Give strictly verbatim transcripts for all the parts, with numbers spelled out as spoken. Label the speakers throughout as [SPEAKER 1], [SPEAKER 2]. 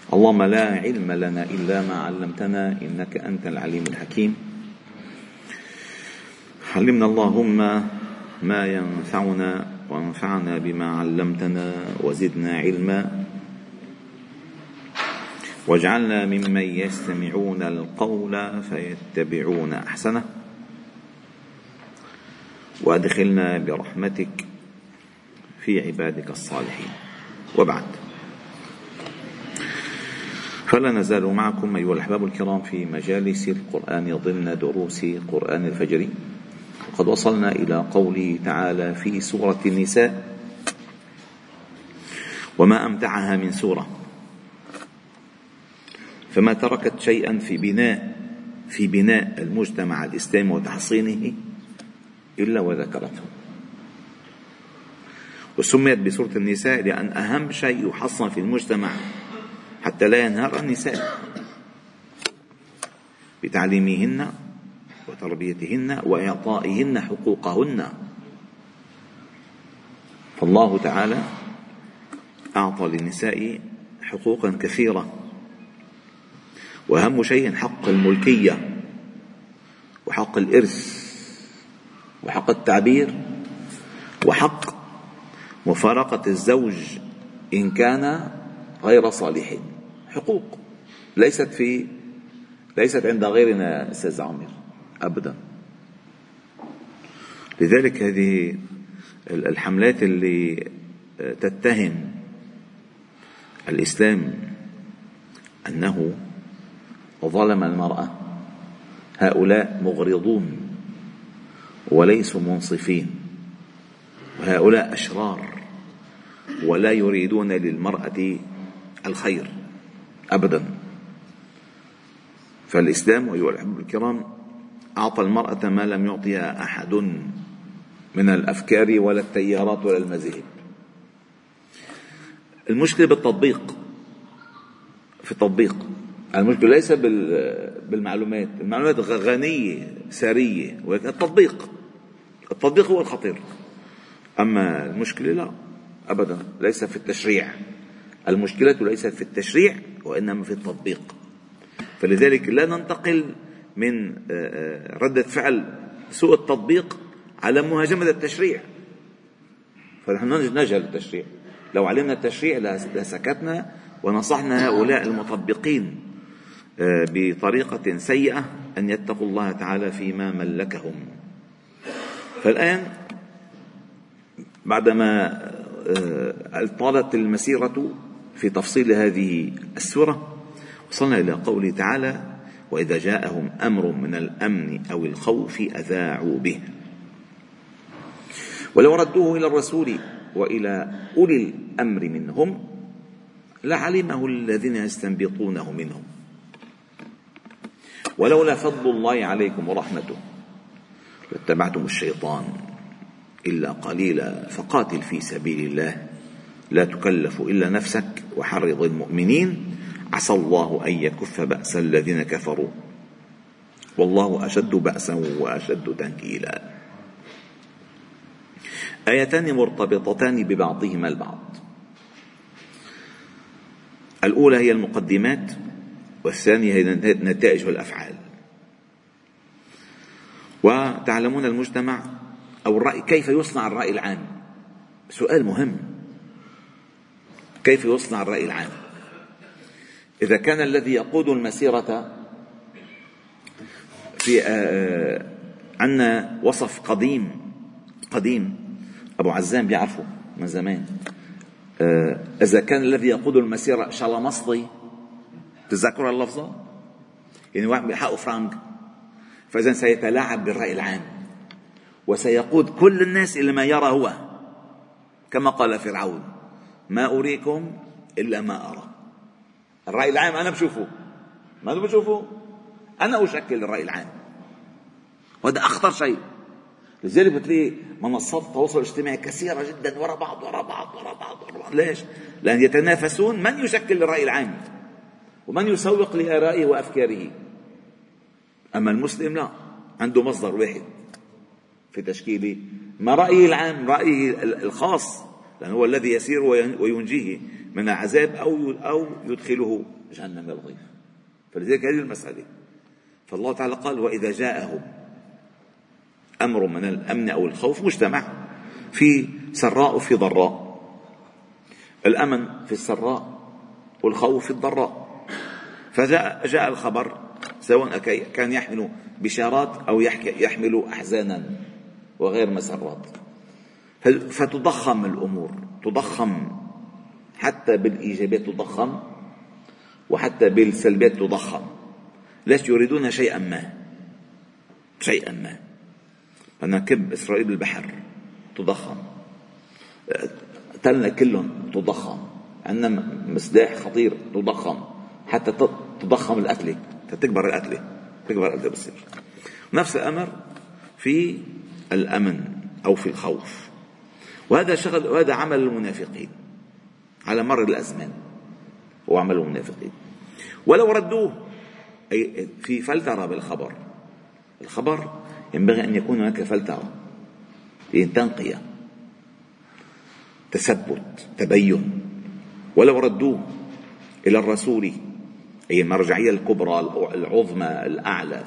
[SPEAKER 1] اللهم لا علم لنا إلا ما علمتنا إنك أنت العليم الحكيم. علمنا اللهم ما ينفعنا وانفعنا بما علمتنا وزدنا علما، واجعلنا ممن يستمعون القول فيتبعون أحسنه، وأدخلنا برحمتك في عبادك الصالحين. وبعد، فلا نزال معكم أيها الأحباب الكرام في مجالس القرآن ضمن دروس قرآن الفجر، وقد وصلنا إلى قوله تعالى في سورة النساء: وما أمتعها من سورة، فما تركت شيئا في بناء في بناء المجتمع الإسلامي وتحصينه إلا وذكرته. وسميت بسورة النساء لأن أهم شيء يحصن في المجتمع حتى لا ينهار النساء بتعليمهن وتربيتهن وإعطائهن حقوقهن. فالله تعالى أعطى للنساء حقوقا كثيرة، وأهم شيء حق الملكية وحق الإرث وحق التعبير وحق مفارقة الزوج إن كان غير صالح. حقوق ليست في ليست عند غيرنا أستاذ عامر أبدا. لذلك هذه الحملات اللي تتهم الإسلام أنه ظلم المرأة، هؤلاء مغرضون وليسوا منصفين، وهؤلاء أشرار ولا يريدون للمرأة الخير أبدا. فالإسلام أيها الأحباب الكرام أعطى المرأة ما لم يعطيها أحد من الأفكار ولا التيارات ولا المذاهب. المشكلة بالتطبيق، في التطبيق. المشكلة ليس بالمعلومات، المعلومات غنية سارية، ولكن التطبيق التطبيق هو الخطير. أما المشكلة لا أبدا، ليس في التشريع، المشكلة ليست في التشريع وإنما في التطبيق. فلذلك لا ننتقل من ردة فعل سوء التطبيق على مهاجمة التشريع، فنحن نجهل التشريع. لو علمنا التشريع لسكتنا ونصحنا هؤلاء المطبقين بطريقة سيئة أن يتقوا الله تعالى فيما ملكهم. فالآن بعدما طالت المسيرة في تفصيل هذه السورة، وصلنا إلى قوله تعالى: وإذا جاءهم أمر من الأمن أو الخوف أذاعوا به ولو ردوه إلى الرسول وإلى أولي الأمر منهم لعلمه الذين يستنبطونه منهم ولولا فضل الله عليكم ورحمته لاتبعتم الشيطان إلا قليلا فقاتل في سبيل الله لا تكلف إلا نفسك وحرض المؤمنين عسى الله أن يكف بأس الذين كفروا والله أشد بأسا وأشد تنكيلا. آيتان مرتبطتان ببعضهما البعض. الأولى هي المقدمات، والثانية هي النتائج والأفعال. وتعلمون المجتمع أو الرأي، كيف يصنع الرأي العام؟ سؤال مهم، كيف يصنع الرأي العام؟ إذا كان الذي يقود المسيرة في عنا وصف قديم قديم أبو عزام بيعرفه من زمان، إذا كان الذي يقود المسيرة شالمصلي، تذكروا اللفظة؟ يعني واحد بيحقق فرانك، فإذا سيتلاعب بالرأي العام وسيقود كل الناس إلى ما يرى هو، كما قال فرعون: ما أريكم إلا ما أرى. الرأي العام أنا بشوفه، ما أنا بشوفه، أنا أشكل الرأي العام، وهذا أخطر شيء. لذلك بتلاقي منصات التواصل الاجتماعي كثيرة جدا ورا بعض ورا بعض ورا بعض ورا بعض. ليش؟ لأن يتنافسون من يشكل الرأي العام ومن يسوق لآرائه وأفكاره. أما المسلم لا، عنده مصدر واحد في تشكيله، ما رأيه العام، رأيه الخاص، لأنه هو الذي يسير وينجيه من العذاب أو أو يدخله جهنم يلغيف. فلذلك هذه المسألة. فالله تعالى قال وإذا جاءهم أمر من الأمن أو الخوف، مجتمع في سراء وفي ضراء، الأمن في السراء والخوف في الضراء. فجاء جاء الخبر سواء كان يحمل بشارات أو يحمل أحزانا وغير مسرات، فتضخم الأمور، تضخم حتى بالإيجابيات تضخم وحتى بالسلبيات تضخم. ليش؟ يريدون شيئا ما شيئا ما أنا كب إسرائيل بالبحر تضخم، تلنا كلهم تضخم، عندنا مسلاح خطير تضخم حتى تضخم القتلة، تكبر القتلة تكبر القتلة بصير. نفس الأمر في الأمن أو في الخوف. وهذا شغل وهذا عمل المنافقين على مر الأزمان، هو عمل المنافقين. ولو ردوه أي في فلترة بالخبر، الخبر ينبغي أن يكون هناك فلترة، تنقية، تثبت، تبين. ولو ردوه إلى الرسول أي المرجعية الكبرى العظمى الأعلى،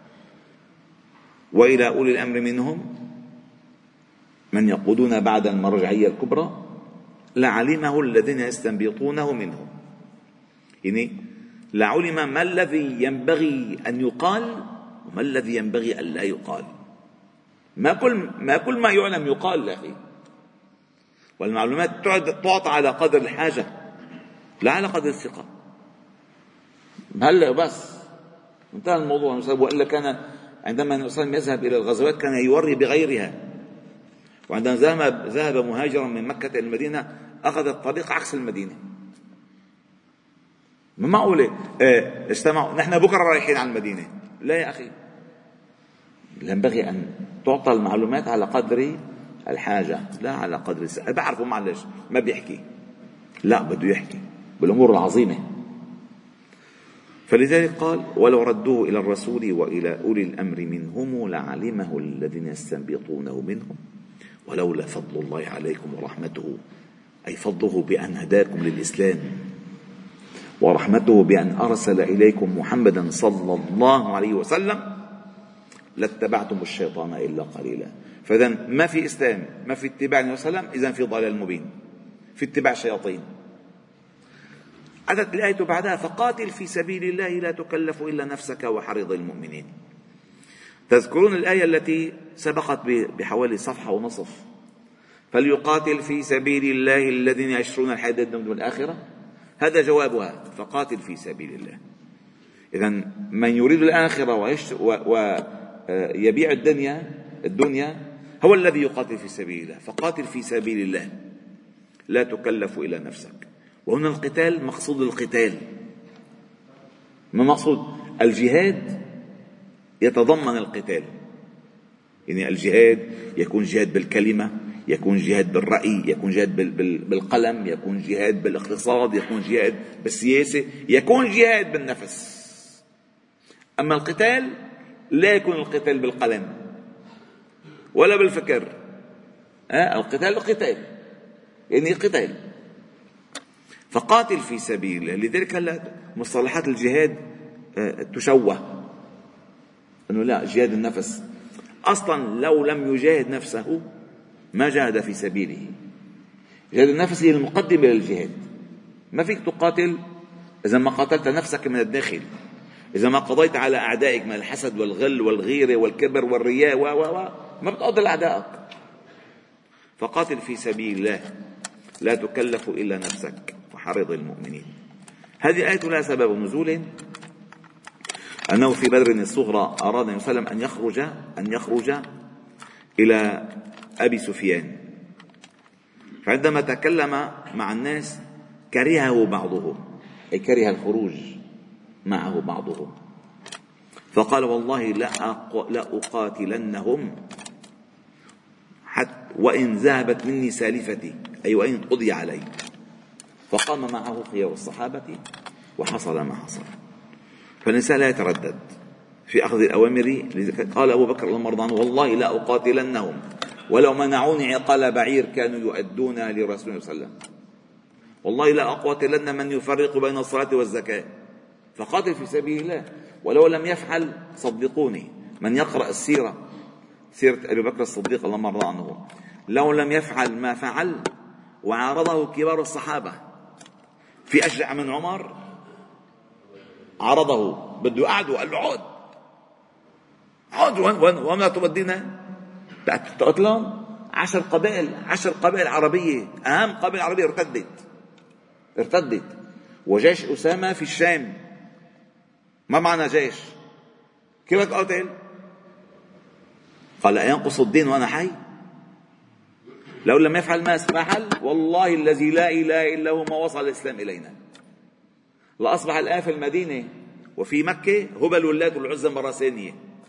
[SPEAKER 1] وإلى أولي الأمر منهم من يقودون بعد المرجعية الكبرى، لعلمه الذين يستنبطونه منهم. يعني لعلم ما الذي ينبغي أن يقال وما الذي ينبغي أن لا يقال. ما كل ما كل ما يعلم يقال يا أخي، والمعلومات تعطى على قدر الحاجة لا على قدر الثقة. هلا بس انتهى الموضوع. وإلا كان عندما النبي صلى الله عليه وسلم يذهب إلى الغزوات كان يوري بغيرها، وعندما ذهب ذهب مهاجرا من مكة إلى المدينة أخذ الطريق عكس المدينة. ما معقولة اه استمعوا نحن بكرة رايحين على المدينة. لا يا أخي، ينبغي أن تعطى المعلومات على قدر الحاجة لا على قدر السعر. بعرفوا معلش ما بيحكي، لا بده يحكي بالأمور العظيمة. فلذلك قال ولو ردوه إلى الرسول وإلى أولي الأمر منهم لعلمه الذين يستنبطونه منهم ولولا فضل الله عليكم ورحمته، أي فضله بأن هداكم للإسلام، ورحمته بأن أرسل إليكم محمدا صلى الله عليه وسلم، لاتبعتم الشيطان إلا قليلا. فإذا ما في إسلام، ما في اتباع النبي صلى الله عليه وسلم، إذن في ضلال مبين، في اتباع الشياطين. عدت الآية بعدها فقاتل في سبيل الله لا تكلف إلا نفسك وحرض المؤمنين. تذكرون الآية التي سبقت بحوالي صفحة ونصف، فليقاتل في سبيل الله الذين يشرون الحياة الدنيا بالآخرة، هذا جوابها فقاتل في سبيل الله. إذن من يريد الآخرة ويبيع الدنيا الدنيا هو الذي يقاتل في سبيل الله. فقاتل في سبيل الله لا تكلف إلا نفسك. وهنا القتال مقصود القتال، ما مقصود الجهاد يتضمن القتال. يعني الجهاد يكون جهاد بالكلمة، يكون جهاد بالرأي، يكون جهاد بالقلم، يكون جهاد بالاقتصاد، يكون جهاد بالسياسة، يكون جهاد بالنفس. أما القتال لا يكون القتال بالقلم ولا بالفكر. أه؟ القتال قتال، يعني قتال. فقاتل في سبيل الله. لذلك هلا مصطلحات الجهاد تشوه، أنه لا جهاد النفس. أصلا لو لم يجاهد نفسه ما جاهد في سبيله. جهاد النفس هي المقدمة للجهاد. ما فيك تقاتل إذا ما قاتلت نفسك من الداخل، إذا ما قضيت على أعدائك من الحسد والغل والغيرة والكبر والرياء و و و ما بتقاتل أعدائك. فقاتل في سبيل الله لا تكلف إلا نفسك وحرض المؤمنين. هذه آية لها سبب نزول، أنه في بدر الصغرى أراد النبي صلى الله عليه وسلم أن يخرج أن يخرج إلى أبي سفيان، فعندما تكلم مع الناس كرهه بعضهم، أي كره الخروج معه بعضهم، فقال والله لا أقاتلنهم حتى وإن ذهبت مني سالفتي، أي وإن قضي علي. فقام معه خيار الصحابة وحصل ما حصل. فالإنسان لا يتردد في أخذ الأوامر. قال أبو بكر اللهم ارضى عنه والله لا أقاتلنهم ولو منعوني عقال بعير كانوا يؤدون لرسول الله صلى الله عليه وسلم. والله لا أقاتلن من يفرق بين الصلاة والزكاة، فقاتل في سبيل الله. ولو لم يفعل صدقوني، من يقرأ السيرة، سيرة أبي بكر الصديق اللهم ارضى عنه، لو لم يفعل ما فعل وعارضه كبار الصحابة، في أشجع من عمر عرضه بده يقعده، قال له عود عود وين وين تودينا؟ تقتلهم عشر قبائل عشر قبائل عربية، أهم قبائل عربية ارتدت ارتدت وجيش أسامة في الشام ما معنا جيش، كيف تقاتل؟ قال أينقص الدين وأنا حي؟ لو لم يفعل ما فعل والله الذي لا إله إلا هو ما وصل الإسلام إلينا، لأصبح الآن في المدينة وفي مكة هبل واللات والعزى مرة ثانية.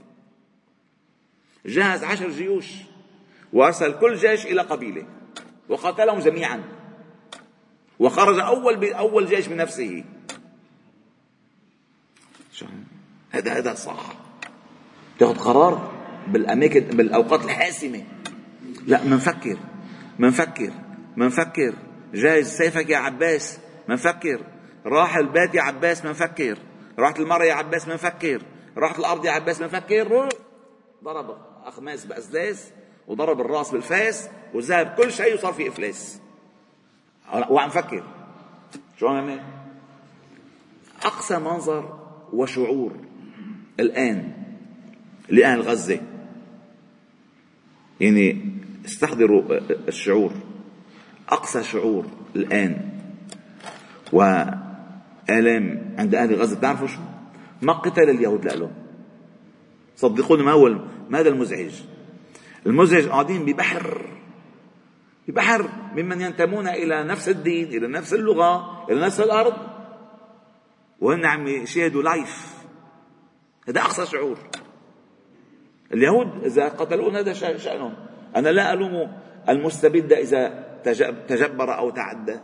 [SPEAKER 1] جهز عشر جيوش وأرسل كل جيش إلى قبيلة وقاتلهم جميعا، وخرج أول بأول جيش بنفسه. هذا هذا صح، تاخذ قرار بالأماكن بالأوقات الحاسمة. لا منفكر منفكر منفكر جايز سيفك يا عباس، منفكر راح البيت يا عباس، منفكر راحت المرة يا عباس، منفكر راحت الأرض يا عباس، منفكر. ضرب أخماس بأسداس وضرب الراس بالفاس وذهب كل شيء وصار في إفلاس، وعم فكر شو عمل. أقصى منظر وشعور الآن لأهل غزة، يعني استحضروا الشعور، أقصى شعور الآن وآلام عند أهل غزة. تعرفوا شو؟ ما قتل اليهود لهم، صدقوني ما هو ما هذا المزعج. المزعج قاعدين ببحر ببحر ممن ينتمون إلى نفس الدين، إلى نفس اللغة، إلى نفس الأرض، وهن عم يشاهدوا لايف. هذا أقصى شعور. اليهود إذا قتلون هذا شأنهم، أنا لا ألوم المستبد إذا تجبر أو تعدى،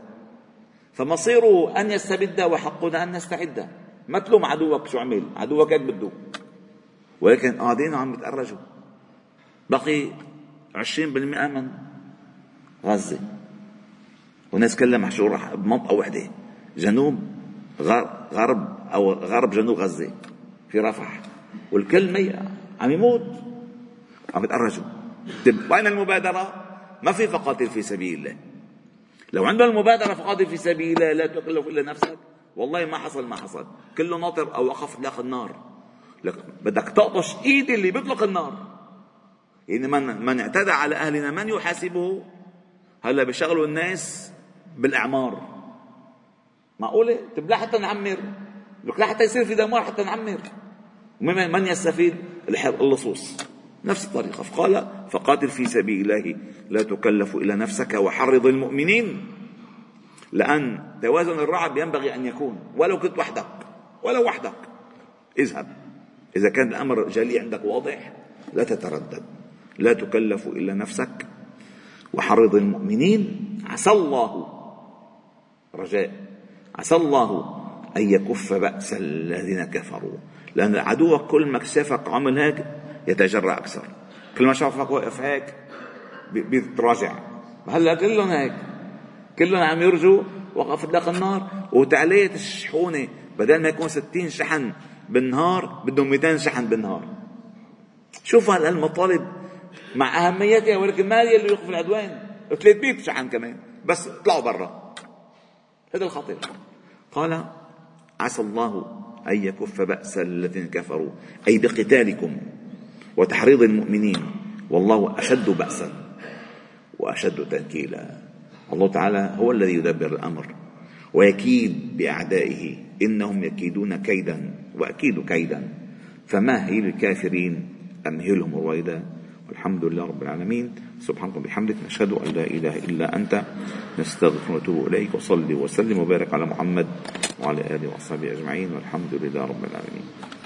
[SPEAKER 1] فمصيره أن يستبد وحقنا أن نستعد. ما تلوم عدوك شو عمل، عدوك هيك بده، ولكن قاعدين عم يتأرجوا. بقي عشرين بالمئة من غزة، والناس كلها محشورة بمنطقة واحدة، جنوب غرب أو غرب جنوب غزة في رفح، والكل ميت عم يموت، عم يتأرجوا. وين المبادرة؟ ما في فقاتل في سبيل الله. لو عندنا المبادرة فقاتل في سبيل الله لا تكلف إلا نفسك، والله ما حصل ما حصل، كله ناطر أو وقف إطلاق النار. بدك تقطش إيد اللي بيطلق النار. يعني من, من اعتدى على أهلنا من يحاسبه؟ هلا بيشغلوا الناس بالإعمار. معقولة؟ تبلا حتى نعمر، لا حتى يصير في دمار حتى نعمر. من يستفيد؟ اللصوص. نفس الطريقة. فقال فقاتل في سبيل الله لا تكلف إلا نفسك وحرض المؤمنين، لأن توازن الرعب ينبغي أن يكون ولو كنت وحدك، ولو وحدك اذهب. إذا كان الأمر جلي عندك واضح لا تتردد. لا تكلف إلا نفسك وحرض المؤمنين، عسى الله، رجاء، عسى الله أن يكف بأس الذين كفروا. لأن العدو كل ما شافك عمل هيك يتجرأ أكثر، كل ما شافك واقف هيك بيتراجع. هلا كلهم هيك، كلهم عم يرجوا وقف إطلاق النار. وتعلية الشحونة بدل ما يكون ستين شحن بالنهار بدهم مئتين شحن بالنهار. شوف هالمطالب مع أهميتها، ولكن ما اللي يوقف العدوان. ثلاثمئة شحن كمان بس طلعوا برا، هذا الخطير. قال عسى الله أن يكف بأس الذين كفروا، أي بقتالكم وتحريض المؤمنين، والله أشد بأسا وأشد تنكيلا. الله تعالى هو الذي يدبر الأمر ويكيد بأعدائه، إنهم يكيدون كيدا وأكيد كيدا، فمهل الكافرين أمهلهم رويدا. والحمد لله رب العالمين. سبحانك وبحمدك، نشهد أن لا إله إلا أنت، نستغفر ونتوب إليك. وصلي وسلم وبارك على محمد وعلى آله وصحبه أجمعين، والحمد لله رب العالمين.